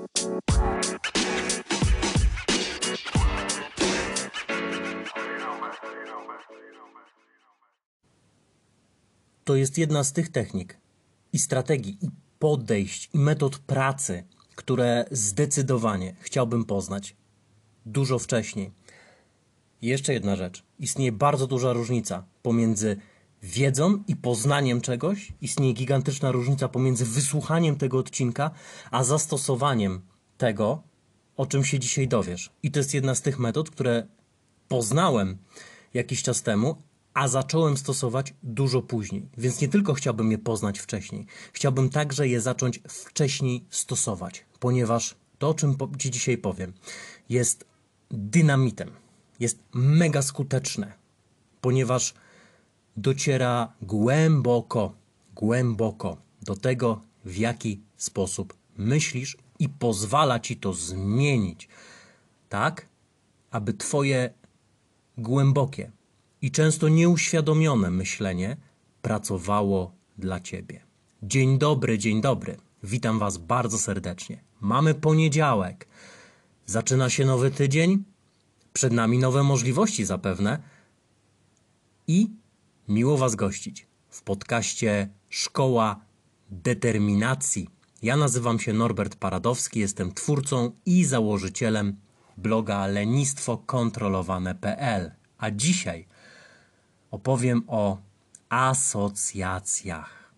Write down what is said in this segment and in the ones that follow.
To jest jedna z tych technik i strategii, i podejść, i metod pracy, które zdecydowanie chciałbym poznać dużo wcześniej. I jeszcze jedna rzecz. Istnieje bardzo duża różnica pomiędzy wiedzą i poznaniem czegoś. Istnieje gigantyczna różnica pomiędzy wysłuchaniem tego odcinka, a zastosowaniem tego, o czym się dzisiaj dowiesz. I to jest jedna z tych metod, które poznałem jakiś czas temu, a zacząłem stosować dużo później. Więc nie tylko chciałbym je poznać wcześniej, chciałbym także je zacząć wcześniej stosować, ponieważ to, o czym Ci dzisiaj powiem, jest dynamitem, jest mega skuteczne, ponieważ dociera głęboko do tego, w jaki sposób myślisz i pozwala Ci to zmienić, tak, aby Twoje głębokie i często nieuświadomione myślenie pracowało dla Ciebie. Dzień dobry, dzień dobry. Witam Was bardzo serdecznie. Mamy poniedziałek. Zaczyna się nowy tydzień. Przed nami nowe możliwości zapewne. I miło Was gościć w podcaście Szkoła Determinacji. Ja nazywam się Norbert Paradowski, jestem twórcą i założycielem bloga lenistwokontrolowane.pl. A dzisiaj opowiem o asocjacjach.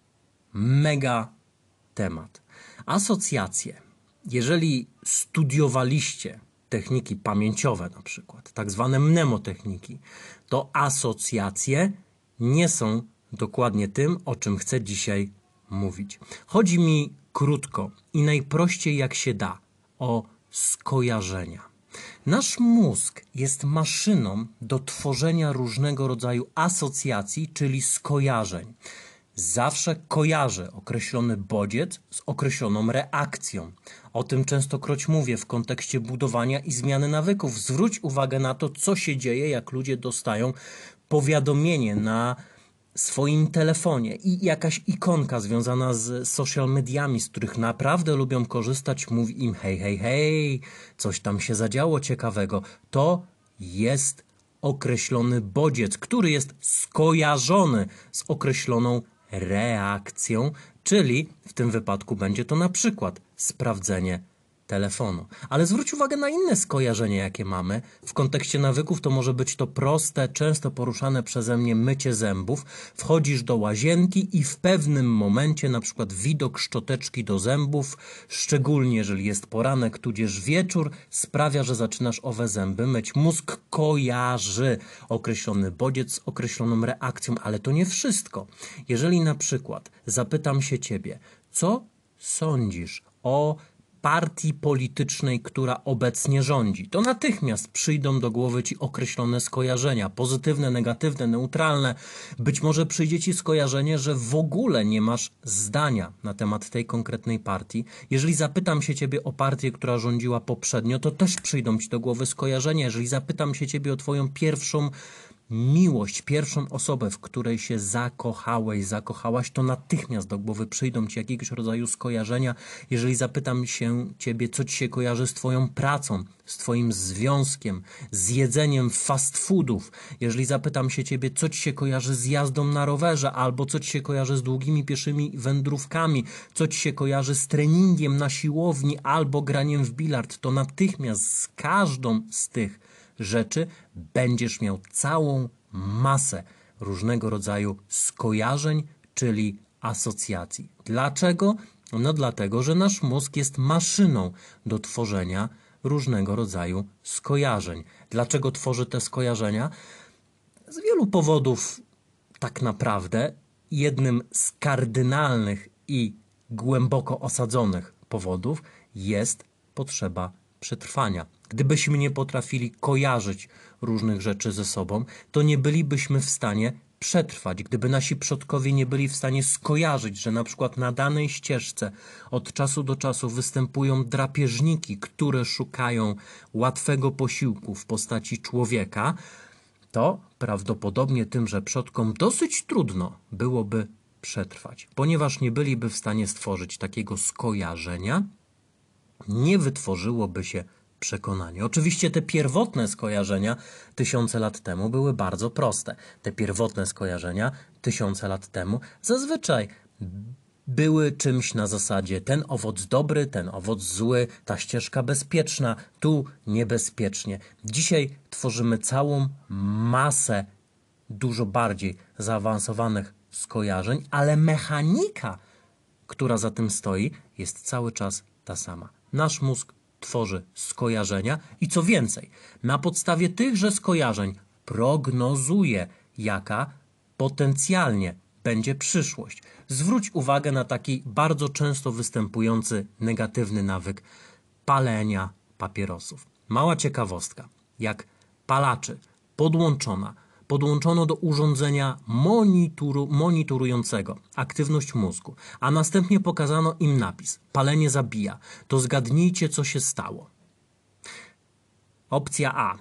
Mega temat. Asocjacje. Jeżeli studiowaliście techniki pamięciowe na przykład, tak zwane mnemotechniki, to asocjacje nie są dokładnie tym, o czym chcę dzisiaj mówić. Chodzi mi krótko i najprościej jak się da o skojarzenia. Nasz mózg jest maszyną do tworzenia różnego rodzaju asocjacji, czyli skojarzeń. Zawsze kojarzy określony bodziec z określoną reakcją. O tym częstokroć mówię w kontekście budowania i zmiany nawyków. Zwróć uwagę na to, co się dzieje, jak ludzie dostają powiadomienie na swoim telefonie i jakaś ikonka związana z social mediami, z których naprawdę lubią korzystać, mówi im hej, coś tam się zadziało ciekawego. To jest określony bodziec, który jest skojarzony z określoną reakcją, czyli w tym wypadku będzie to na przykład sprawdzenie telefonu. Ale zwróć uwagę na inne skojarzenia, jakie mamy. W kontekście nawyków to może być to proste, często poruszane przeze mnie mycie zębów. Wchodzisz do łazienki i w pewnym momencie, na przykład widok szczoteczki do zębów, szczególnie jeżeli jest poranek tudzież wieczór, sprawia, że zaczynasz owe zęby myć. Mózg kojarzy określony bodziec z określoną reakcją, ale to nie wszystko. Jeżeli na przykład zapytam się Ciebie, co sądzisz o partii politycznej, która obecnie rządzi, to natychmiast przyjdą do głowy Ci określone skojarzenia, pozytywne, negatywne, neutralne. Być może przyjdzie Ci skojarzenie, że w ogóle nie masz zdania na temat tej konkretnej partii. Jeżeli zapytam się Ciebie o partię, która rządziła poprzednio, to też przyjdą Ci do głowy skojarzenia. Jeżeli zapytam się Ciebie o Twoją pierwszą miłość, pierwszą osobę, w której się zakochałeś, zakochałaś, to natychmiast do głowy przyjdą Ci jakiegoś rodzaju skojarzenia. Jeżeli zapytam się Ciebie, co Ci się kojarzy z Twoją pracą, z Twoim związkiem, z jedzeniem fast foodów, jeżeli zapytam się Ciebie, co Ci się kojarzy z jazdą na rowerze, albo co Ci się kojarzy z długimi pieszymi wędrówkami, co Ci się kojarzy z treningiem na siłowni, albo graniem w bilard, to natychmiast z każdą z tych rzeczy będziesz miał całą masę różnego rodzaju skojarzeń, czyli asocjacji. Dlaczego? No dlatego, że nasz mózg jest maszyną do tworzenia różnego rodzaju skojarzeń. Dlaczego tworzy te skojarzenia? Z wielu powodów tak naprawdę. Jednym z kardynalnych i głęboko osadzonych powodów jest potrzeba przetrwania. Gdybyśmy nie potrafili kojarzyć różnych rzeczy ze sobą, to nie bylibyśmy w stanie przetrwać. Gdyby nasi przodkowie nie byli w stanie skojarzyć, że na przykład na danej ścieżce od czasu do czasu występują drapieżniki, które szukają łatwego posiłku w postaci człowieka, to prawdopodobnie tymże przodkom dosyć trudno byłoby przetrwać, ponieważ nie byliby w stanie stworzyć takiego skojarzenia, nie wytworzyłoby się przekonanie. Oczywiście te pierwotne skojarzenia tysiące lat temu były bardzo proste. Te pierwotne skojarzenia tysiące lat temu zazwyczaj były czymś na zasadzie ten owoc dobry, ten owoc zły, ta ścieżka bezpieczna, tu niebezpiecznie. Dzisiaj tworzymy całą masę dużo bardziej zaawansowanych skojarzeń, ale mechanika, która za tym stoi, jest cały czas ta sama. Nasz mózg tworzy skojarzenia i co więcej, na podstawie tychże skojarzeń prognozuje, jaka potencjalnie będzie przyszłość. Zwróć uwagę na taki bardzo często występujący negatywny nawyk palenia papierosów. Mała ciekawostka, jak palaczy podłączono do urządzenia monitorującego aktywność mózgu, a następnie pokazano im napis palenie zabija, to zgadnijcie, co się stało. Opcja A.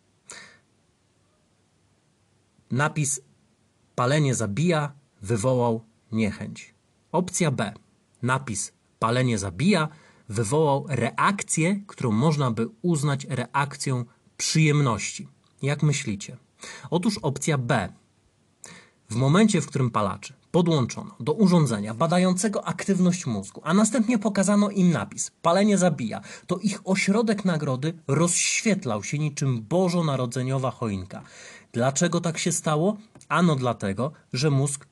Napis palenie zabija wywołał niechęć. Opcja B. Napis palenie zabija wywołał reakcję, którą można by uznać reakcją przyjemności. Jak myślicie? Otóż opcja B. W momencie, w którym palaczy podłączono do urządzenia badającego aktywność mózgu, a następnie pokazano im napis palenie zabija, to ich ośrodek nagrody rozświetlał się niczym bożonarodzeniowa choinka. Dlaczego tak się stało? Ano dlatego, że mózg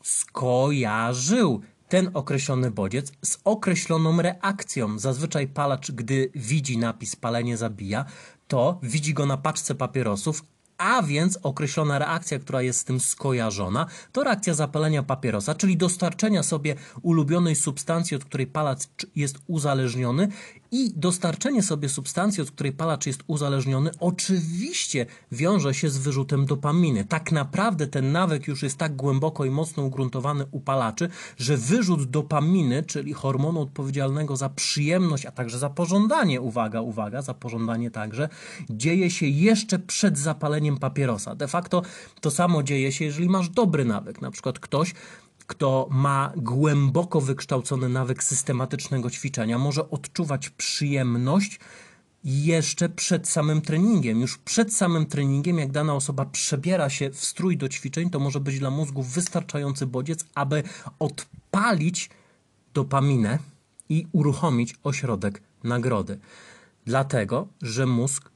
skojarzył ten określony bodziec z określoną reakcją. Zazwyczaj palacz, gdy widzi napis palenie zabija, to widzi go na paczce papierosów, a więc określona reakcja, która jest z tym skojarzona, to reakcja zapalenia papierosa, czyli dostarczenia sobie ulubionej substancji, od której palacz jest uzależniony, i dostarczenie sobie substancji, od której palacz jest uzależniony, oczywiście wiąże się z wyrzutem dopaminy. Tak naprawdę ten nawyk już jest tak głęboko i mocno ugruntowany u palaczy, że wyrzut dopaminy, czyli hormonu odpowiedzialnego za przyjemność, a także za pożądanie, uwaga, za pożądanie także, dzieje się jeszcze przed zapaleniem papierosa. De facto to samo dzieje się, jeżeli masz dobry nawyk. Na przykład ktoś, kto ma głęboko wykształcony nawyk systematycznego ćwiczenia, może odczuwać przyjemność jeszcze przed samym treningiem. Już przed samym treningiem, jak dana osoba przebiera się w strój do ćwiczeń, to może być dla mózgu wystarczający bodziec, aby odpalić dopaminę i uruchomić ośrodek nagrody. Dlatego, że mózg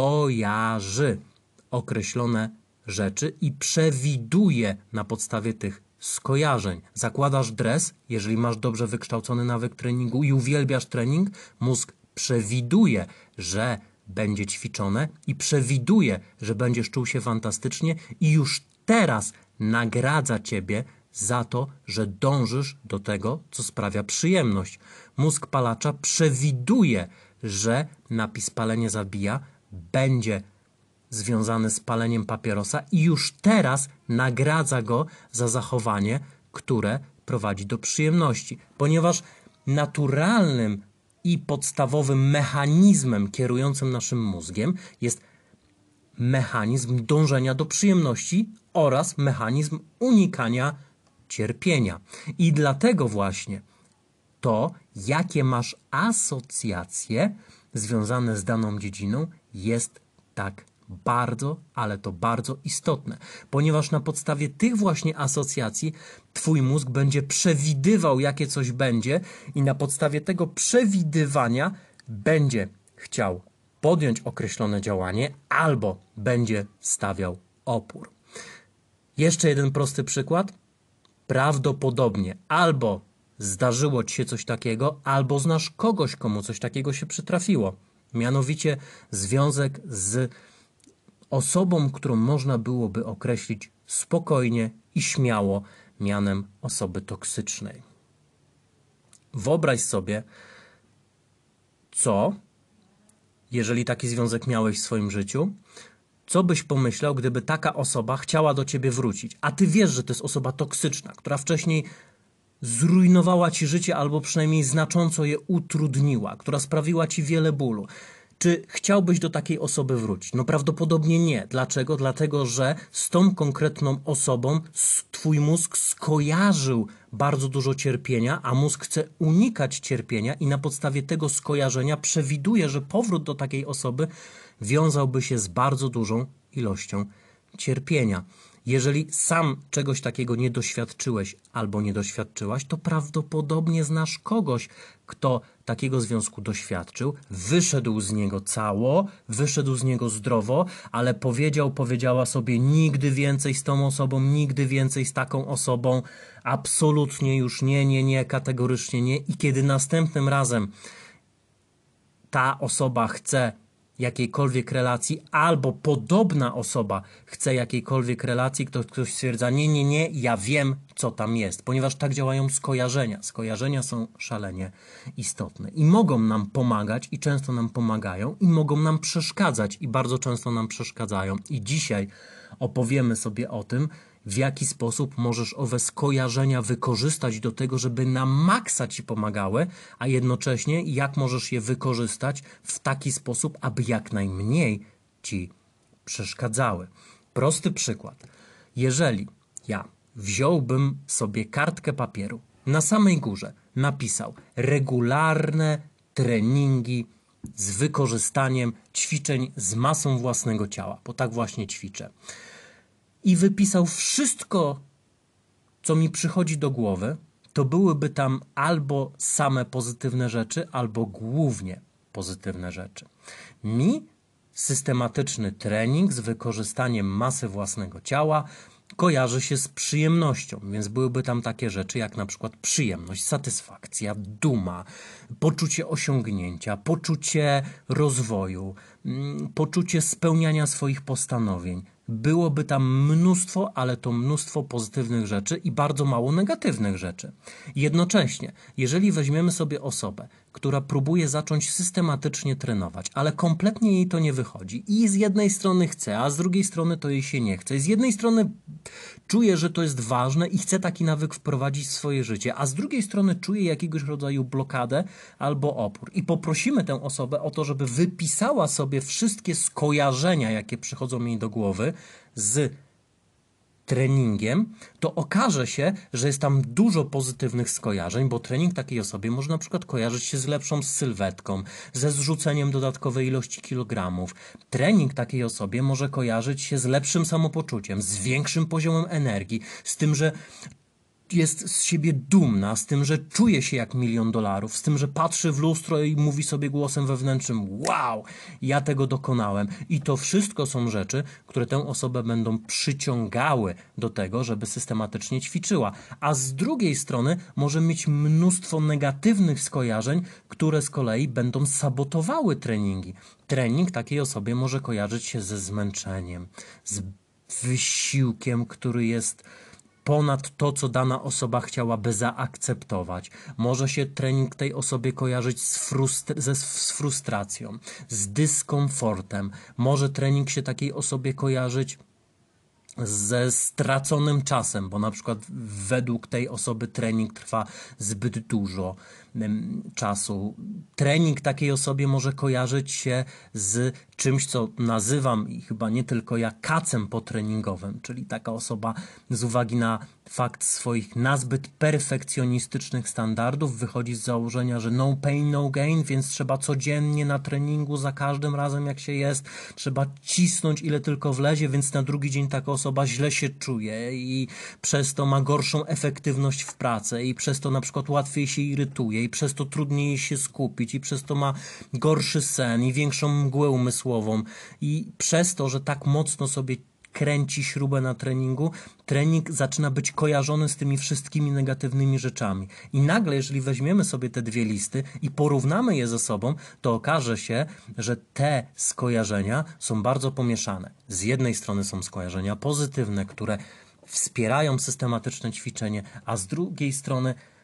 kojarzy określone rzeczy i przewiduje na podstawie tych skojarzeń. Zakładasz dres, jeżeli masz dobrze wykształcony nawyk treningu i uwielbiasz trening, mózg przewiduje, że będzie ćwiczone i przewiduje, że będziesz czuł się fantastycznie i już teraz nagradza ciebie za to, że dążysz do tego, co sprawia przyjemność. Mózg palacza przewiduje, że napis palenie zabija będzie związany z paleniem papierosa i już teraz nagradza go za zachowanie, które prowadzi do przyjemności. Ponieważ naturalnym i podstawowym mechanizmem kierującym naszym mózgiem jest mechanizm dążenia do przyjemności oraz mechanizm unikania cierpienia. I dlatego właśnie to, jakie masz asocjacje związane z daną dziedziną, jest tak bardzo, ale to bardzo istotne, ponieważ na podstawie tych właśnie asocjacji twój mózg będzie przewidywał, jakie coś będzie i na podstawie tego przewidywania będzie chciał podjąć określone działanie albo będzie stawiał opór. Jeszcze jeden prosty przykład. Prawdopodobnie albo zdarzyło ci się coś takiego, albo znasz kogoś, komu coś takiego się przytrafiło. Mianowicie związek z osobą, którą można byłoby określić spokojnie i śmiało mianem osoby toksycznej. Wyobraź sobie, jeżeli taki związek miałeś w swoim życiu, co byś pomyślał, gdyby taka osoba chciała do ciebie wrócić, a ty wiesz, że to jest osoba toksyczna, która wcześniej zrujnowała ci życie albo przynajmniej znacząco je utrudniła, która sprawiła ci wiele bólu. Czy chciałbyś do takiej osoby wrócić? No prawdopodobnie nie. Dlaczego? Dlatego, że z tą konkretną osobą twój mózg skojarzył bardzo dużo cierpienia, a mózg chce unikać cierpienia i na podstawie tego skojarzenia przewiduje, że powrót do takiej osoby wiązałby się z bardzo dużą ilością cierpienia. Jeżeli sam czegoś takiego nie doświadczyłeś albo nie doświadczyłaś, to prawdopodobnie znasz kogoś, kto takiego związku doświadczył, wyszedł z niego cało, wyszedł z niego zdrowo, ale powiedziała sobie nigdy więcej z tą osobą, nigdy więcej z taką osobą, absolutnie już nie, kategorycznie nie. I kiedy następnym razem ta osoba chce jakiejkolwiek relacji, albo podobna osoba chce jakiejkolwiek relacji, ktoś stwierdza, nie, ja wiem, co tam jest, ponieważ tak działają skojarzenia. Skojarzenia są szalenie istotne i mogą nam pomagać i często nam pomagają i mogą nam przeszkadzać i bardzo często nam przeszkadzają. I dzisiaj opowiemy sobie o tym, w jaki sposób możesz owe skojarzenia wykorzystać do tego, żeby na maksa ci pomagały, a jednocześnie jak możesz je wykorzystać w taki sposób, aby jak najmniej ci przeszkadzały. Prosty przykład. Jeżeli ja wziąłbym sobie kartkę papieru, na samej górze napisał regularne treningi z wykorzystaniem ćwiczeń z masą własnego ciała, bo tak właśnie ćwiczę. I wypisał wszystko, co mi przychodzi do głowy, to byłyby tam albo same pozytywne rzeczy, albo głównie pozytywne rzeczy. Mi systematyczny trening z wykorzystaniem masy własnego ciała kojarzy się z przyjemnością, więc byłyby tam takie rzeczy jak na przykład przyjemność, satysfakcja, duma, poczucie osiągnięcia, poczucie rozwoju, poczucie spełniania swoich postanowień. Byłoby tam mnóstwo, ale to mnóstwo pozytywnych rzeczy i bardzo mało negatywnych rzeczy. Jednocześnie, jeżeli weźmiemy sobie osobę, która próbuje zacząć systematycznie trenować, ale kompletnie jej to nie wychodzi i z jednej strony chce, a z drugiej strony to jej się nie chce. Z jednej strony czuje, że to jest ważne i chce taki nawyk wprowadzić w swoje życie, a z drugiej strony czuje jakiegoś rodzaju blokadę albo opór. I poprosimy tę osobę o to, żeby wypisała sobie wszystkie skojarzenia, jakie przychodzą jej do głowy z treningiem, to okaże się, że jest tam dużo pozytywnych skojarzeń, bo trening takiej osobie może na przykład kojarzyć się z lepszą sylwetką, ze zrzuceniem dodatkowej ilości kilogramów. Trening takiej osobie może kojarzyć się z lepszym samopoczuciem, z większym poziomem energii, z tym, że jest z siebie dumna, z tym, że czuje się jak $1 000 000, z tym, że patrzy w lustro i mówi sobie głosem wewnętrznym: wow, ja tego dokonałem. I to wszystko są rzeczy, które tę osobę będą przyciągały do tego, żeby systematycznie ćwiczyła. A z drugiej strony może mieć mnóstwo negatywnych skojarzeń, które z kolei będą sabotowały treningi. Trening takiej osobie może kojarzyć się ze zmęczeniem, z wysiłkiem, który jest ponad to, co dana osoba chciałaby zaakceptować. Może się trening tej osobie kojarzyć z frustracją, z dyskomfortem. Może trening się takiej osobie kojarzyć ze straconym czasem, bo na przykład według tej osoby trening trwa zbyt dużo czasu. Trening takiej osobie może kojarzyć się z czymś, co nazywam i chyba nie tylko ja, kacem potreningowym, czyli taka osoba z uwagi na fakt swoich nazbyt perfekcjonistycznych standardów wychodzi z założenia, że no pain, no gain, więc trzeba codziennie na treningu, za każdym razem jak się jest, trzeba cisnąć ile tylko wlezie, więc na drugi dzień taka osoba źle się czuje i przez to ma gorszą efektywność w pracy i przez to na przykład łatwiej się irytuje i przez to trudniej się skupić i przez to ma gorszy sen i większą mgłę umysłową i przez to, że tak mocno sobie kręci śrubę na treningu, trening zaczyna być kojarzony z tymi wszystkimi negatywnymi rzeczami. I nagle, jeżeli weźmiemy sobie te dwie listy i porównamy je ze sobą, to okaże się, że te skojarzenia są bardzo pomieszane. Z jednej strony są skojarzenia pozytywne, które wspierają systematyczne ćwiczenie, a z drugiej strony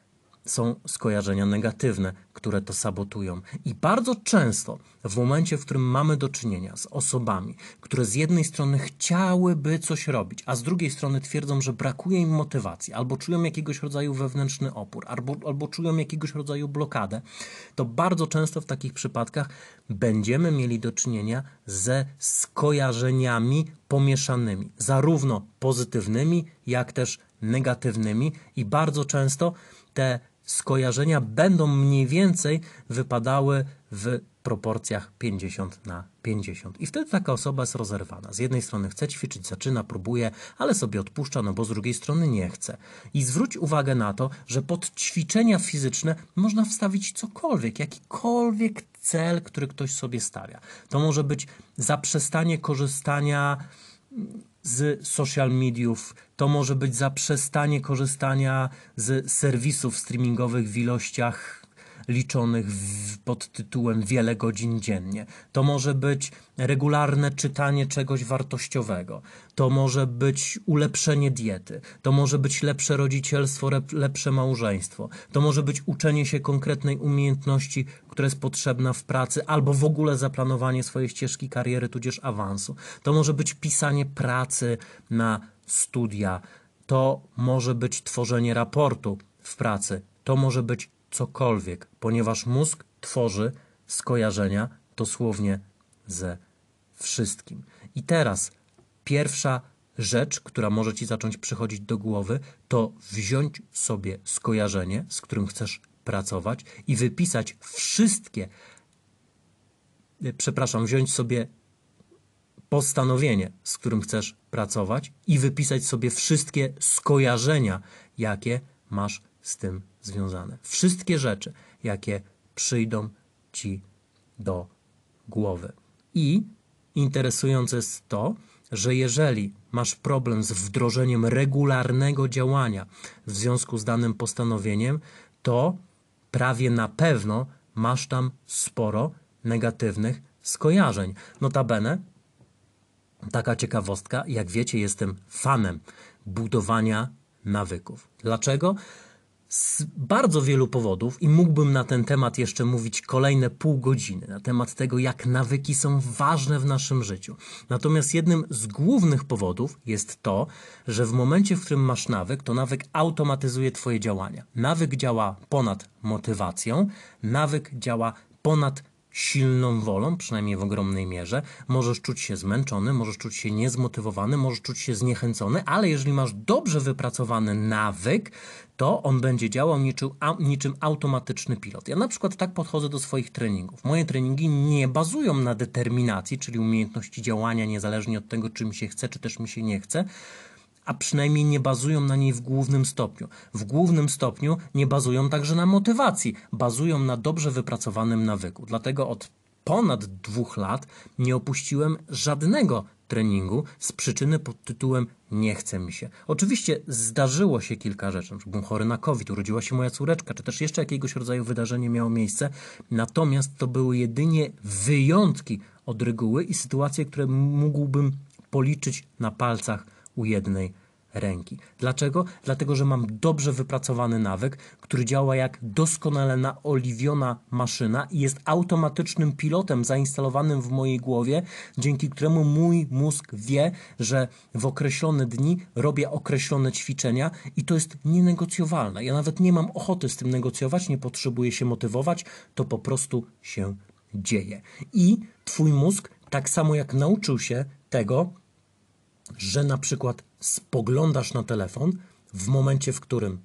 są skojarzenia negatywne, które to sabotują. I bardzo często w momencie, w którym mamy do czynienia z osobami, które z jednej strony chciałyby coś robić, a z drugiej strony twierdzą, że brakuje im motywacji, albo czują jakiegoś rodzaju wewnętrzny opór, albo czują jakiegoś rodzaju blokadę, to bardzo często w takich przypadkach będziemy mieli do czynienia ze skojarzeniami pomieszanymi, zarówno pozytywnymi, jak też negatywnymi, i bardzo często te skojarzenia będą mniej więcej wypadały w proporcjach 50/50. I wtedy taka osoba jest rozerwana. Z jednej strony chce ćwiczyć, zaczyna, próbuje, ale sobie odpuszcza, no bo z drugiej strony nie chce. I zwróć uwagę na to, że pod ćwiczenia fizyczne można wstawić cokolwiek, jakikolwiek cel, który ktoś sobie stawia. To może być zaprzestanie korzystania z social mediów, to może być zaprzestanie korzystania z serwisów streamingowych w ilościach liczonych pod tytułem wiele godzin dziennie. To może być regularne czytanie czegoś wartościowego. To może być ulepszenie diety. To może być lepsze rodzicielstwo, lepsze małżeństwo. To może być uczenie się konkretnej umiejętności, która jest potrzebna w pracy, albo w ogóle zaplanowanie swojej ścieżki kariery, tudzież awansu. To może być pisanie pracy na studia. To może być tworzenie raportu w pracy. To może być cokolwiek, ponieważ mózg tworzy skojarzenia dosłownie ze wszystkim. I teraz pierwsza rzecz, która może Ci zacząć przychodzić do głowy, to wziąć sobie skojarzenie, z którym chcesz pracować i wypisać wziąć sobie postanowienie, z którym chcesz pracować i wypisać sobie wszystkie skojarzenia, jakie masz z tym związane. Wszystkie rzeczy, jakie przyjdą Ci do głowy. I interesujące jest to, że jeżeli masz problem z wdrożeniem regularnego działania w związku z danym postanowieniem, to prawie na pewno masz tam sporo negatywnych skojarzeń. Notabene, taka ciekawostka, jak wiecie, jestem fanem budowania nawyków. Dlaczego? Z bardzo wielu powodów i mógłbym na ten temat jeszcze mówić kolejne pół godziny, na temat tego, jak nawyki są ważne w naszym życiu. Natomiast jednym z głównych powodów jest to, że w momencie, w którym masz nawyk, to nawyk automatyzuje Twoje działania. Nawyk działa ponad motywacją, nawyk działa ponad silną wolą, przynajmniej w ogromnej mierze. Możesz czuć się zmęczony, możesz czuć się niezmotywowany, możesz czuć się zniechęcony, ale jeżeli masz dobrze wypracowany nawyk, to on będzie działał niczym automatyczny pilot. Ja na przykład tak podchodzę do swoich treningów. Moje treningi nie bazują na determinacji, czyli umiejętności działania niezależnie od tego, czy mi się chce, czy też mi się nie chce, a przynajmniej nie bazują na niej w głównym stopniu. W głównym stopniu nie bazują także na motywacji, bazują na dobrze wypracowanym nawyku. Dlatego od ponad 2 lat nie opuściłem żadnego treningu z przyczyny pod tytułem nie chce mi się. Oczywiście zdarzyło się kilka rzeczy, byłem chory na COVID, urodziła się moja córeczka, czy też jeszcze jakiegoś rodzaju wydarzenie miało miejsce, natomiast to były jedynie wyjątki od reguły i sytuacje, które mógłbym policzyć na palcach u jednej ręki. Dlaczego? Dlatego, że mam dobrze wypracowany nawyk, który działa jak doskonale naoliwiona maszyna i jest automatycznym pilotem zainstalowanym w mojej głowie, dzięki któremu mój mózg wie, że w określone dni robię określone ćwiczenia i to jest nienegocjowalne. Ja nawet nie mam ochoty z tym negocjować, nie potrzebuję się motywować, to po prostu się dzieje. I Twój mózg, tak samo jak nauczył się tego, że na przykład spoglądasz na telefon w momencie, w którym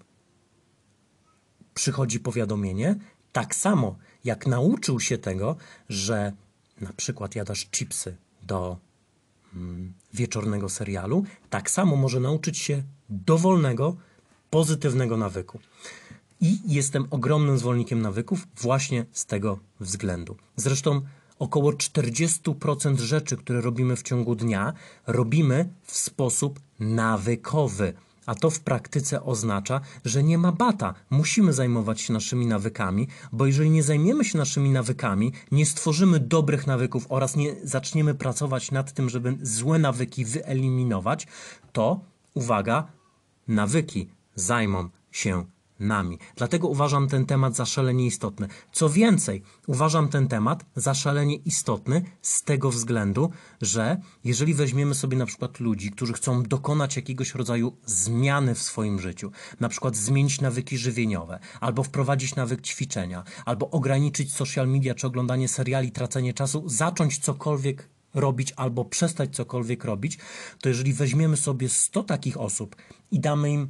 przychodzi powiadomienie, tak samo jak nauczył się tego, że na przykład jadasz chipsy do wieczornego serialu, tak samo może nauczyć się dowolnego, pozytywnego nawyku. I jestem ogromnym zwolennikiem nawyków właśnie z tego względu. Zresztą około 40% rzeczy, które robimy w ciągu dnia, robimy w sposób nawykowy. A to w praktyce oznacza, że nie ma bata. Musimy zajmować się naszymi nawykami, bo jeżeli nie zajmiemy się naszymi nawykami, nie stworzymy dobrych nawyków oraz nie zaczniemy pracować nad tym, żeby złe nawyki wyeliminować, to, uwaga, nawyki zajmą się nami. Dlatego uważam ten temat za szalenie istotny. Co więcej, uważam ten temat za szalenie istotny z tego względu, że jeżeli weźmiemy sobie na przykład ludzi, którzy chcą dokonać jakiegoś rodzaju zmiany w swoim życiu, na przykład zmienić nawyki żywieniowe, albo wprowadzić nawyk ćwiczenia, albo ograniczyć social media czy oglądanie seriali, tracenie czasu, zacząć cokolwiek robić albo przestać cokolwiek robić, to jeżeli weźmiemy sobie 100 takich osób i damy im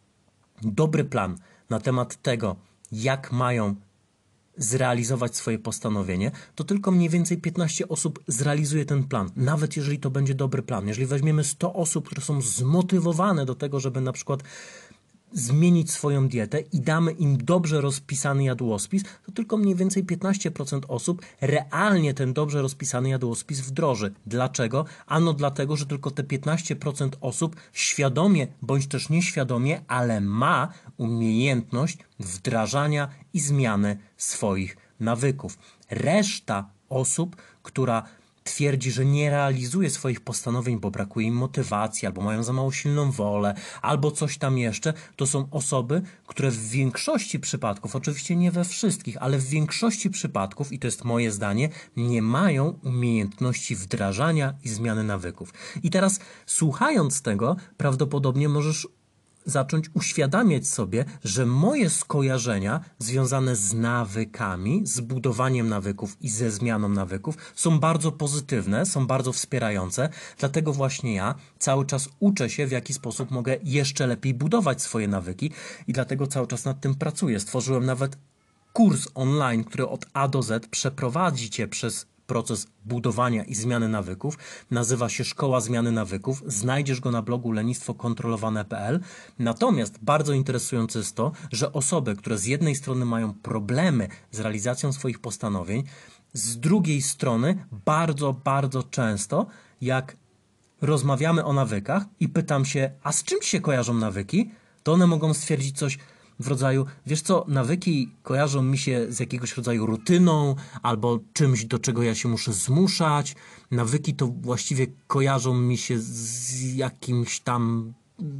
dobry plan na temat tego, jak mają zrealizować swoje postanowienie, to tylko mniej więcej 15 osób zrealizuje ten plan. Nawet jeżeli to będzie dobry plan. Jeżeli weźmiemy 100 osób, które są zmotywowane do tego, żeby na przykład zmienić swoją dietę i damy im dobrze rozpisany jadłospis, to tylko mniej więcej 15% osób realnie ten dobrze rozpisany jadłospis wdroży. Dlaczego? Ano dlatego, że tylko te 15% osób świadomie bądź też nieświadomie, ale ma umiejętność wdrażania i zmiany swoich nawyków. Reszta osób, która twierdzi, że nie realizuje swoich postanowień, bo brakuje im motywacji, albo mają za mało silną wolę, albo coś tam jeszcze, to są osoby, które w większości przypadków, oczywiście nie we wszystkich, ale w większości przypadków, i to jest moje zdanie, nie mają umiejętności wdrażania i zmiany nawyków. I teraz słuchając tego, prawdopodobnie możesz zacząć uświadamiać sobie, że moje skojarzenia związane z nawykami, z budowaniem nawyków i ze zmianą nawyków są bardzo pozytywne, są bardzo wspierające, dlatego właśnie ja cały czas uczę się, w jaki sposób mogę jeszcze lepiej budować swoje nawyki i dlatego cały czas nad tym pracuję. Stworzyłem nawet kurs online, który od A do Z przeprowadzi Cię przez proces budowania i zmiany nawyków. Nazywa się Szkoła Zmiany Nawyków. Znajdziesz go na blogu lenistwokontrolowane.pl. Natomiast bardzo interesujące jest to, że osoby, które z jednej strony mają problemy z realizacją swoich postanowień, z drugiej strony bardzo często, jak rozmawiamy o nawykach i pytam się, a z czym Ci się kojarzą nawyki, to one mogą stwierdzić coś w rodzaju, wiesz co, nawyki kojarzą mi się z jakiegoś rodzaju rutyną albo czymś, do czego ja się muszę zmuszać. Nawyki to właściwie kojarzą mi się z jakimiś tam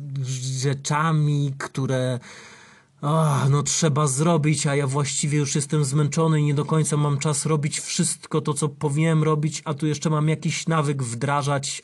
rzeczami, które no trzeba zrobić, a ja właściwie już jestem zmęczony i nie do końca mam czas robić wszystko to, co powinienem robić, a tu jeszcze mam jakiś nawyk wdrażać.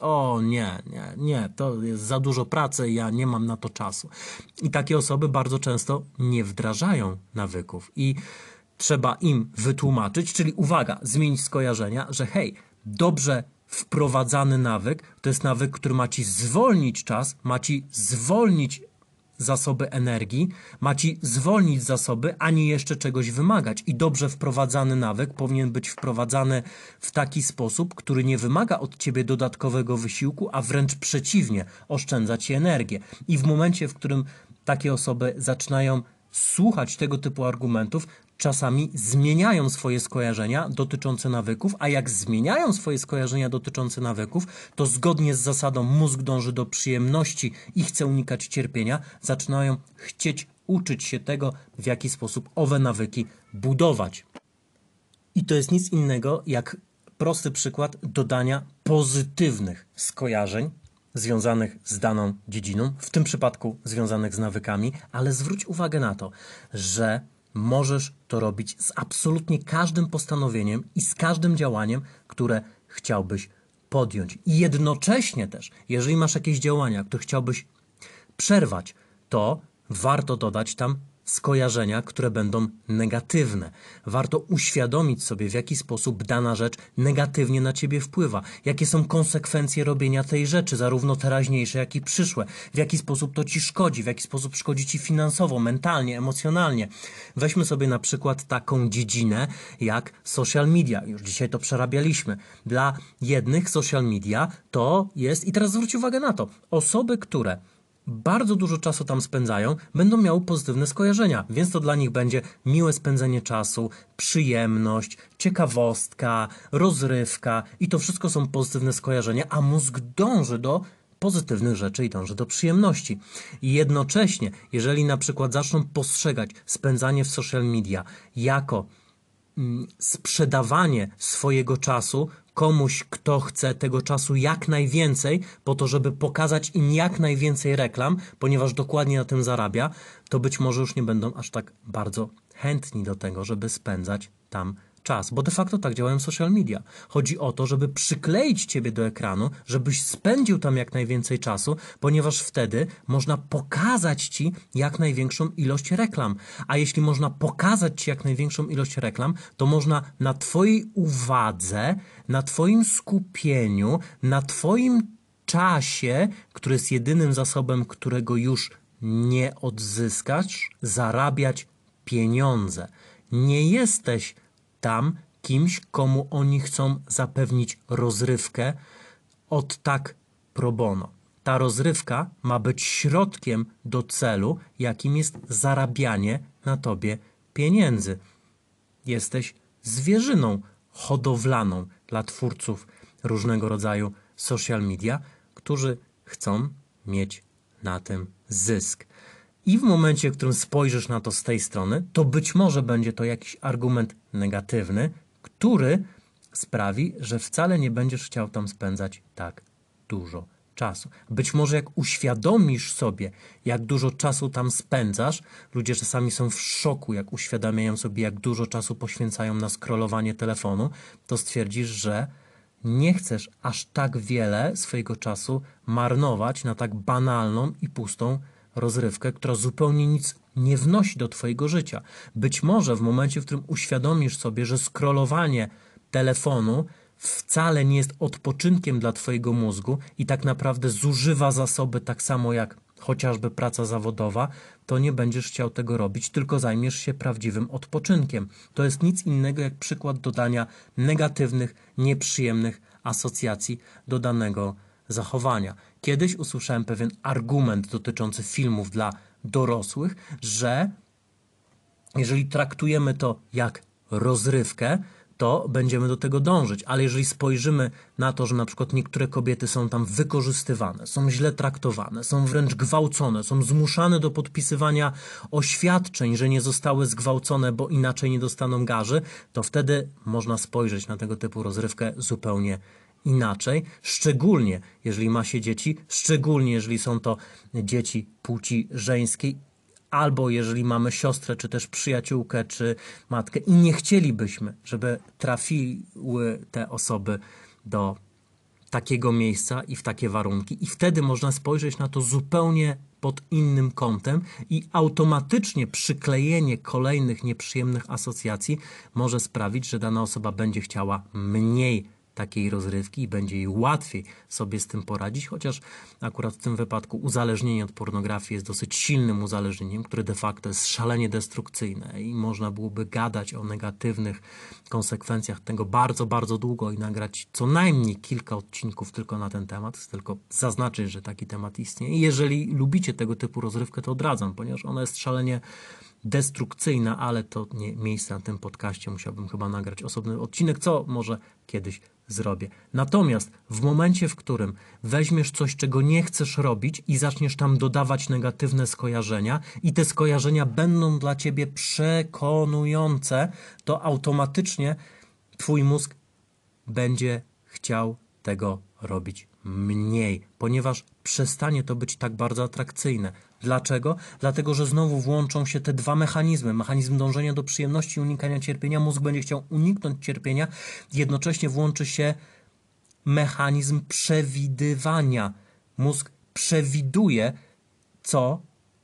Nie, to jest za dużo pracy i ja nie mam na to czasu. I takie osoby bardzo często nie wdrażają nawyków i trzeba im wytłumaczyć, czyli uwaga, zmienić skojarzenia, że hej, dobrze wprowadzany nawyk to jest nawyk, który ma Ci zwolnić czas, ma Ci zwolnić zasoby energii, ma Ci zwolnić zasoby, a nie jeszcze czegoś wymagać. I dobrze wprowadzany nawyk powinien być wprowadzany w taki sposób, który nie wymaga od Ciebie dodatkowego wysiłku, a wręcz przeciwnie, oszczędza Ci energię. I w momencie, w którym takie osoby zaczynają słuchać tego typu argumentów, czasami zmieniają swoje skojarzenia dotyczące nawyków, a jak zmieniają swoje skojarzenia dotyczące nawyków, to zgodnie z zasadą mózg dąży do przyjemności i chce unikać cierpienia, zaczynają chcieć uczyć się tego, w jaki sposób owe nawyki budować. I to jest nic innego jak prosty przykład dodania pozytywnych skojarzeń związanych z daną dziedziną, w tym przypadku związanych z nawykami, ale zwróć uwagę na to, że możesz to robić z absolutnie każdym postanowieniem i z każdym działaniem, które chciałbyś podjąć. I jednocześnie też, jeżeli masz jakieś działania, które chciałbyś przerwać, to warto dodać tam skojarzenia, które będą negatywne. Warto uświadomić sobie, w jaki sposób dana rzecz negatywnie na Ciebie wpływa. Jakie są konsekwencje robienia tej rzeczy, zarówno teraźniejsze, jak i przyszłe. W jaki sposób to Ci szkodzi, w jaki sposób szkodzi Ci finansowo, mentalnie, emocjonalnie. Weźmy sobie na przykład taką dziedzinę jak social media. Już dzisiaj to przerabialiśmy. Dla jednych social media to jest, i teraz zwróć uwagę na to, osoby, które bardzo dużo czasu tam spędzają, będą miały pozytywne skojarzenia, więc to dla nich będzie miłe spędzenie czasu, przyjemność, ciekawostka, rozrywka i to wszystko są pozytywne skojarzenia, a mózg dąży do pozytywnych rzeczy i dąży do przyjemności. I jednocześnie, jeżeli na przykład zaczną postrzegać spędzanie w social media jako sprzedawanie swojego czasu komuś, kto chce tego czasu jak najwięcej, po to, żeby pokazać im jak najwięcej reklam, ponieważ dokładnie na tym zarabia, to być może już nie będą aż tak bardzo chętni do tego, żeby spędzać tam czas, bo de facto tak działają social media. Chodzi o to, żeby przykleić ciebie do ekranu, żebyś spędził tam jak najwięcej czasu, ponieważ wtedy można pokazać ci jak największą ilość reklam. A jeśli można pokazać ci jak największą ilość reklam, to można na twojej uwadze, na twoim skupieniu, na twoim czasie, który jest jedynym zasobem, którego już nie odzyskasz, zarabiać pieniądze. Nie jesteś tam kimś, komu oni chcą zapewnić rozrywkę od tak pro bono. Ta rozrywka ma być środkiem do celu, jakim jest zarabianie na tobie pieniędzy. Jesteś zwierzyną hodowlaną dla twórców różnego rodzaju social media, którzy chcą mieć na tym zysk. I w momencie, w którym spojrzysz na to z tej strony, to być może będzie to jakiś argument negatywny, który sprawi, że wcale nie będziesz chciał tam spędzać tak dużo czasu. Być może jak uświadomisz sobie, jak dużo czasu tam spędzasz, ludzie czasami są w szoku, jak uświadamiają sobie, jak dużo czasu poświęcają na scrollowanie telefonu, to stwierdzisz, że nie chcesz aż tak wiele swojego czasu marnować na tak banalną i pustą rozrywkę, która zupełnie nic nie wnosi do twojego życia. Być może w momencie, w którym uświadomisz sobie, że scrollowanie telefonu wcale nie jest odpoczynkiem dla twojego mózgu i tak naprawdę zużywa zasoby tak samo jak chociażby praca zawodowa, to nie będziesz chciał tego robić, tylko zajmiesz się prawdziwym odpoczynkiem. To jest nic innego jak przykład dodania negatywnych, nieprzyjemnych asocjacji do danego zachowania. Kiedyś usłyszałem pewien argument dotyczący filmów dla dorosłych, że jeżeli traktujemy to jak rozrywkę, to będziemy do tego dążyć. Ale jeżeli spojrzymy na to, że na przykład niektóre kobiety są tam wykorzystywane, są źle traktowane, są wręcz gwałcone, są zmuszane do podpisywania oświadczeń, że nie zostały zgwałcone, bo inaczej nie dostaną garzy, to wtedy można spojrzeć na tego typu rozrywkę zupełnie inaczej, szczególnie jeżeli ma się dzieci, szczególnie jeżeli są to dzieci płci żeńskiej, albo jeżeli mamy siostrę, czy też przyjaciółkę, czy matkę i nie chcielibyśmy, żeby trafiły te osoby do takiego miejsca i w takie warunki. I wtedy można spojrzeć na to zupełnie pod innym kątem i automatycznie przyklejenie kolejnych nieprzyjemnych asocjacji może sprawić, że dana osoba będzie chciała mniej takiej rozrywki i będzie jej łatwiej sobie z tym poradzić, chociaż akurat w tym wypadku uzależnienie od pornografii jest dosyć silnym uzależnieniem, które de facto jest szalenie destrukcyjne i można byłoby gadać o negatywnych konsekwencjach tego bardzo, bardzo długo i nagrać co najmniej kilka odcinków tylko na ten temat. Chcę tylko zaznaczyć, że taki temat istnieje. I jeżeli lubicie tego typu rozrywkę, to odradzam, ponieważ ona jest szalenie destrukcyjna, ale to nie miejsce na tym podcaście. Musiałbym chyba nagrać osobny odcinek, co może kiedyś zrobię. Natomiast w momencie, w którym weźmiesz coś, czego nie chcesz robić i zaczniesz tam dodawać negatywne skojarzenia i te skojarzenia będą dla ciebie przekonujące, to automatycznie twój mózg będzie chciał tego robić mniej, ponieważ przestanie to być tak bardzo atrakcyjne. Dlaczego? Dlatego, że znowu włączą się te dwa mechanizmy. Mechanizm dążenia do przyjemności i unikania cierpienia. Mózg będzie chciał uniknąć cierpienia. Jednocześnie włączy się mechanizm przewidywania. Mózg przewiduje, co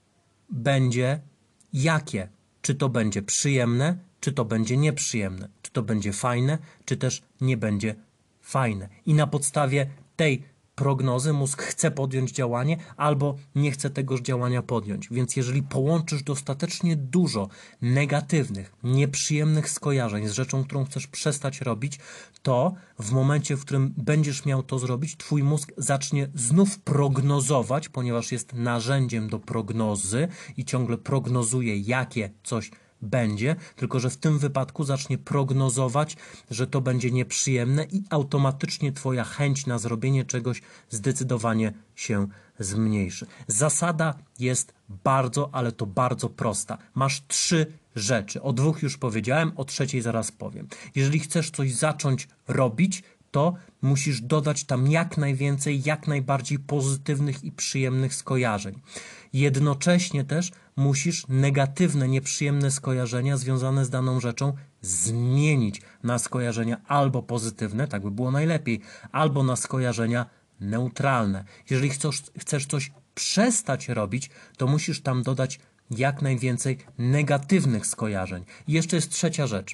będzie jakie. Czy to będzie przyjemne, czy to będzie nieprzyjemne. Czy to będzie fajne, czy też nie będzie fajne. I na podstawie tej prognozy mózg chce podjąć działanie albo nie chce tegoż działania podjąć. Więc jeżeli połączysz dostatecznie dużo negatywnych, nieprzyjemnych skojarzeń z rzeczą, którą chcesz przestać robić, to w momencie, w którym będziesz miał to zrobić, twój mózg zacznie znów prognozować, ponieważ jest narzędziem do prognozy i ciągle prognozuje, jakie coś będzie, tylko że w tym wypadku zacznie prognozować, że to będzie nieprzyjemne i automatycznie twoja chęć na zrobienie czegoś zdecydowanie się zmniejszy. Zasada jest bardzo, ale to bardzo prosta. Masz 3 rzeczy. O 2 już powiedziałem, o 3 zaraz powiem. Jeżeli chcesz coś zacząć robić, to musisz dodać tam jak najwięcej, jak najbardziej pozytywnych i przyjemnych skojarzeń. Jednocześnie też musisz negatywne, nieprzyjemne skojarzenia związane z daną rzeczą zmienić na skojarzenia albo pozytywne, tak by było najlepiej, albo na skojarzenia neutralne. Jeżeli chcesz coś przestać robić, to musisz tam dodać jak najwięcej negatywnych skojarzeń. I jeszcze jest 3 rzecz,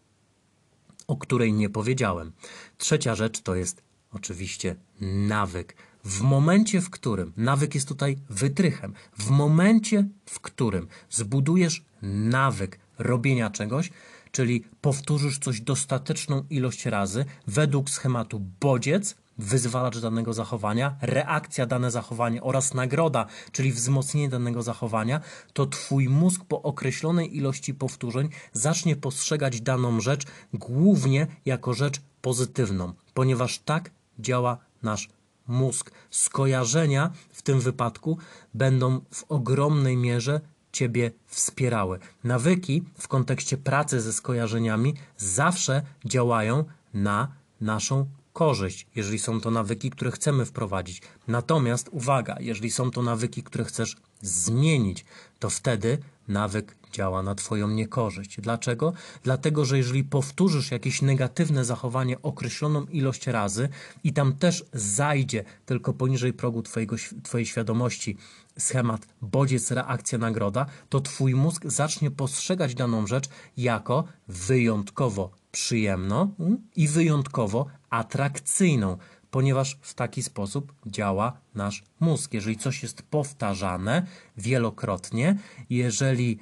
o której nie powiedziałem. 3 rzecz to jest oczywiście nawyk. W momencie, w którym, nawyk jest tutaj wytrychem, w momencie, w którym zbudujesz nawyk robienia czegoś, czyli powtórzysz coś dostateczną ilość razy według schematu bodziec, wyzwalacz danego zachowania, reakcja dane zachowanie oraz nagroda, czyli wzmocnienie danego zachowania, to twój mózg po określonej ilości powtórzeń zacznie postrzegać daną rzecz głównie jako rzecz pozytywną, ponieważ tak działa nasz mózg. Skojarzenia w tym wypadku będą w ogromnej mierze Ciebie wspierały. Nawyki w kontekście pracy ze skojarzeniami zawsze działają na naszą korzyść, jeżeli są to nawyki, które chcemy wprowadzić. Natomiast uwaga, jeżeli są to nawyki, które chcesz zmienić, to wtedy nawyk działa na Twoją niekorzyść. Dlaczego? Dlatego, że jeżeli powtórzysz jakieś negatywne zachowanie określoną ilość razy i tam też zajdzie tylko poniżej progu Twojej świadomości schemat bodziec, reakcja, nagroda, to Twój mózg zacznie postrzegać daną rzecz jako wyjątkowo przyjemną i wyjątkowo atrakcyjną, ponieważ w taki sposób działa nasz mózg. Jeżeli coś jest powtarzane wielokrotnie, jeżeli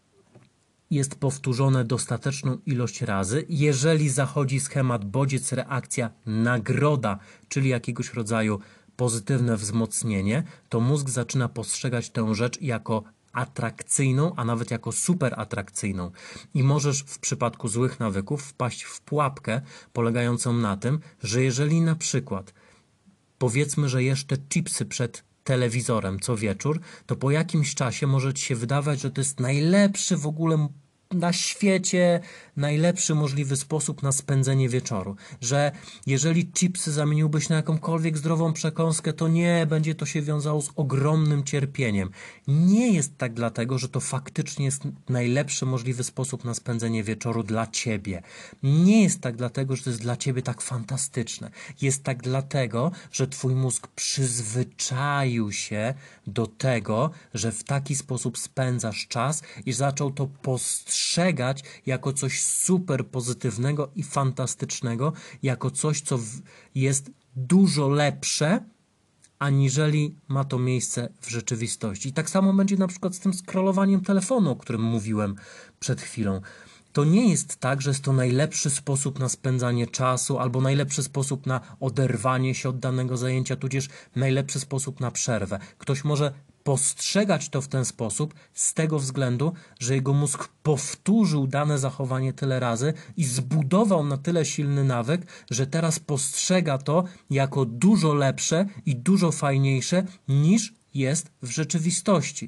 jest powtórzone dostateczną ilość razy, jeżeli zachodzi schemat bodziec, reakcja, nagroda, czyli jakiegoś rodzaju pozytywne wzmocnienie, to mózg zaczyna postrzegać tę rzecz jako atrakcyjną, a nawet jako super atrakcyjną. I możesz w przypadku złych nawyków wpaść w pułapkę polegającą na tym, że jeżeli na przykład powiedzmy, że jesz te chipsy przed telewizorem co wieczór, to po jakimś czasie może ci się wydawać, że to jest najlepszy w ogóle na świecie, najlepszy możliwy sposób na spędzenie wieczoru. Że jeżeli chipsy zamieniłbyś na jakąkolwiek zdrową przekąskę, to nie będzie to się wiązało z ogromnym cierpieniem. Nie jest tak dlatego, że to faktycznie jest najlepszy możliwy sposób na spędzenie wieczoru dla ciebie. Nie jest tak dlatego, że to jest dla ciebie tak fantastyczne. Jest tak dlatego, że twój mózg przyzwyczaił się do tego, że w taki sposób spędzasz czas i zaczął to postrzegać jako coś super pozytywnego i fantastycznego, jako coś, co jest dużo lepsze, aniżeli ma to miejsce w rzeczywistości. I tak samo będzie na przykład z tym scrollowaniem telefonu, o którym mówiłem przed chwilą. To nie jest tak, że jest to najlepszy sposób na spędzanie czasu albo najlepszy sposób na oderwanie się od danego zajęcia, tudzież najlepszy sposób na przerwę. Ktoś może postrzegać to w ten sposób z tego względu, że jego mózg powtórzył dane zachowanie tyle razy i zbudował na tyle silny nawyk, że teraz postrzega to jako dużo lepsze i dużo fajniejsze niż jest w rzeczywistości.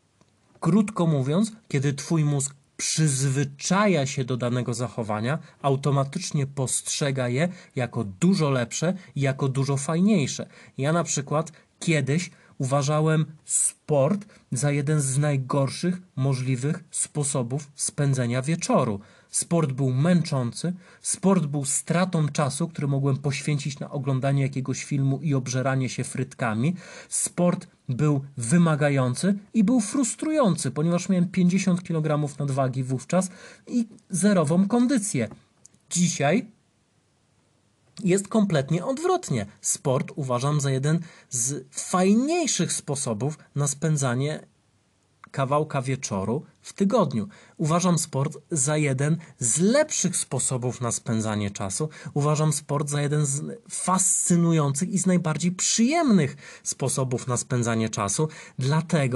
Krótko mówiąc, kiedy twój mózg przyzwyczaja się do danego zachowania, automatycznie postrzega je jako dużo lepsze i jako dużo fajniejsze. Ja na przykład kiedyś uważałem sport za jeden z najgorszych możliwych sposobów spędzenia wieczoru. Sport był męczący, sport był stratą czasu, który mogłem poświęcić na oglądanie jakiegoś filmu i obżeranie się frytkami. Sport był wymagający i był frustrujący, ponieważ miałem 50 kg nadwagi wówczas i zerową kondycję. Dzisiaj jest kompletnie odwrotnie. Sport uważam za jeden z fajniejszych sposobów na spędzanie kawałka wieczoru w tygodniu. Uważam sport za jeden z lepszych sposobów na spędzanie czasu. Uważam sport za jeden z fascynujących i z najbardziej przyjemnych sposobów na spędzanie czasu, dlatego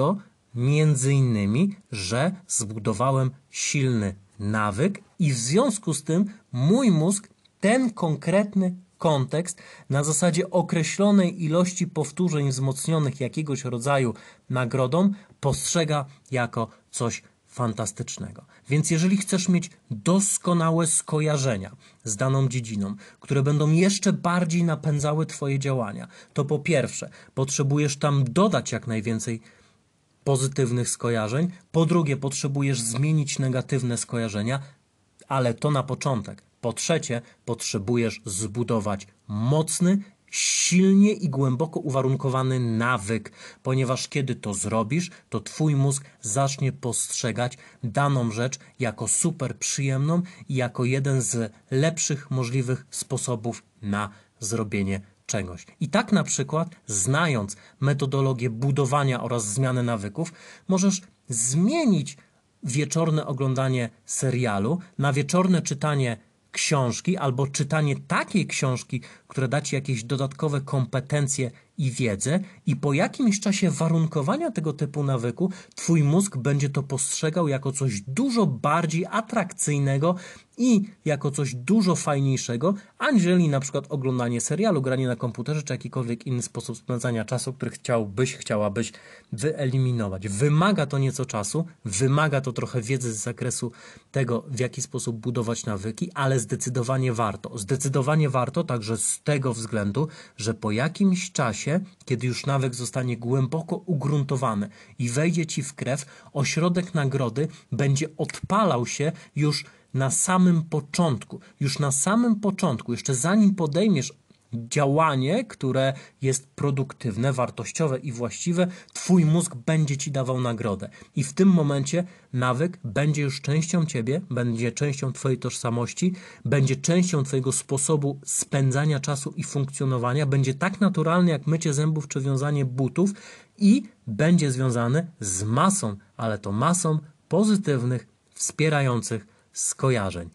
między innymi, że zbudowałem silny nawyk i w związku z tym mój mózg ten konkretny kontekst na zasadzie określonej ilości powtórzeń wzmocnionych jakiegoś rodzaju nagrodą postrzega jako coś fantastycznego. Więc jeżeli chcesz mieć doskonałe skojarzenia z daną dziedziną, które będą jeszcze bardziej napędzały Twoje działania, to po pierwsze potrzebujesz tam dodać jak najwięcej pozytywnych skojarzeń, po drugie potrzebujesz zmienić negatywne skojarzenia, ale to na początek. Po trzecie, potrzebujesz zbudować mocny, silnie i głęboko uwarunkowany nawyk, ponieważ kiedy to zrobisz, to Twój mózg zacznie postrzegać daną rzecz jako super przyjemną i jako jeden z lepszych możliwych sposobów na zrobienie czegoś. I tak na przykład, znając metodologię budowania oraz zmiany nawyków, możesz zmienić wieczorne oglądanie serialu na wieczorne czytanie książki albo czytanie takiej książki, która da Ci jakieś dodatkowe kompetencje i wiedzę i po jakimś czasie warunkowania tego typu nawyku Twój mózg będzie to postrzegał jako coś dużo bardziej atrakcyjnego i jako coś dużo fajniejszego, aniżeli na przykład oglądanie serialu, granie na komputerze czy jakikolwiek inny sposób spędzania czasu, który chciałabyś wyeliminować. Wymaga to nieco czasu, wymaga to trochę wiedzy z zakresu tego, w jaki sposób budować nawyki, ale zdecydowanie warto. Zdecydowanie warto także z tego względu, że po jakimś czasie, kiedy już nawyk zostanie głęboko ugruntowany i wejdzie Ci w krew, ośrodek nagrody będzie odpalał się już na samym początku. Już na samym początku, jeszcze zanim podejmiesz działanie, które jest produktywne, wartościowe i właściwe, Twój mózg będzie Ci dawał nagrodę. I w tym momencie nawyk będzie już częścią Ciebie, będzie częścią Twojej tożsamości, będzie częścią Twojego sposobu spędzania czasu i funkcjonowania, będzie tak naturalny jak mycie zębów czy wiązanie butów i będzie związany z masą, ale to masą pozytywnych, wspierających skojarzeń.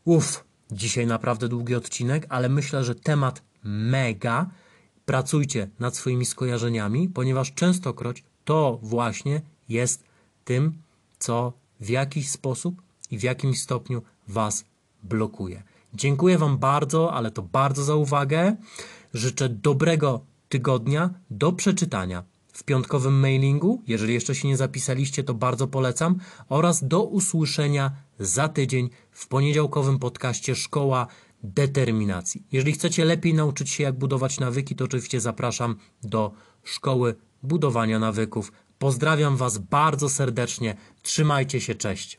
Dzisiaj naprawdę długi odcinek, ale myślę, że temat mega. Pracujcie nad swoimi skojarzeniami, ponieważ częstokroć to właśnie jest tym, co w jakiś sposób i w jakimś stopniu Was blokuje. Dziękuję Wam bardzo, ale to bardzo za uwagę. Życzę dobrego tygodnia, do przeczytania w piątkowym mailingu, jeżeli jeszcze się nie zapisaliście, to bardzo polecam, oraz do usłyszenia za tydzień w poniedziałkowym podcaście Szkoła Determinacji. Jeżeli chcecie lepiej nauczyć się, jak budować nawyki, to oczywiście zapraszam do Szkoły Budowania Nawyków. Pozdrawiam Was bardzo serdecznie. Trzymajcie się, cześć.